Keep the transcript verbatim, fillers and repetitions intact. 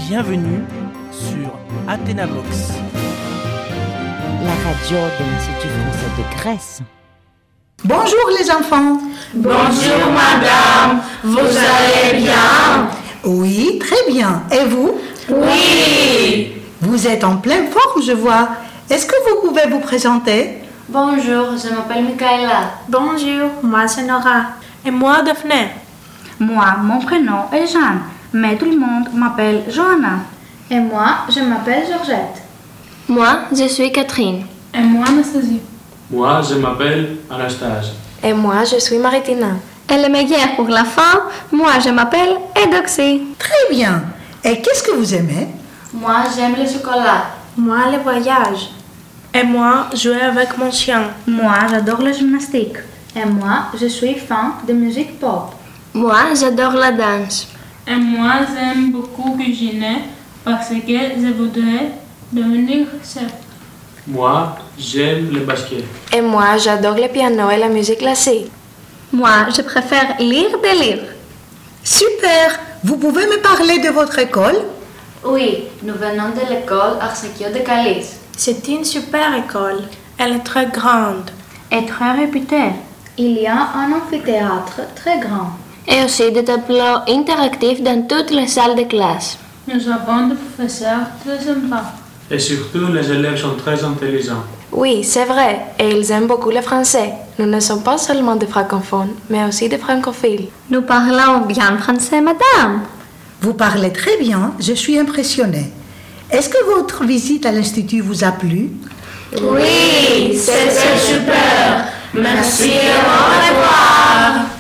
Bienvenue sur Athénavox, la radio de l'Institut français de Grèce. Bonjour les enfants. Bonjour madame, vous allez bien? Oui, très bien. Et vous? Oui. Vous êtes en pleine forme, je vois. Est-ce que vous pouvez vous présenter? Bonjour, je m'appelle Michaela. Bonjour, moi c'est Nora. Et moi Daphné. Moi, mon prénom est Jeanne, mais tout le monde m'appelle Johanna. Et moi, je m'appelle Georgette. Moi, je suis Catherine. Et moi, Anastasie. Moi, je m'appelle Anastasia. Et moi, je suis Maritina. Et le meilleur pour la fin, moi, je m'appelle Eudoxie. Très bien. Et qu'est-ce que vous aimez? Moi, j'aime le chocolat. Moi, les voyages. Et moi, jouer avec mon chien. Moi, j'adore la gymnastique. Et moi, je suis fan de musique pop. Moi, j'adore la danse. Et moi, j'aime beaucoup cuisiner parce que je voudrais devenir chef. Moi, j'aime le basket. Et moi, j'adore le piano et la musique classique. Moi, je préfère lire des livres. Super. Vous pouvez me parler de votre école? Oui, nous venons de l'école Archekio de Kalis. C'est une super école. Elle est très grande. Et très réputée. Il y a un amphithéâtre très grand. Et aussi des tableaux interactifs dans toutes les salles de classe. Nous avons des professeurs très sympas. Et surtout, les élèves sont très intelligents. Oui, c'est vrai. Et ils aiment beaucoup le français. Nous ne sommes pas seulement des francophones, mais aussi des francophiles. Nous parlons bien français, madame. Vous parlez très bien. Je suis impressionnée. Est-ce que votre visite à l'Institut vous a plu? Oui, c'était super. Merci et au revoir.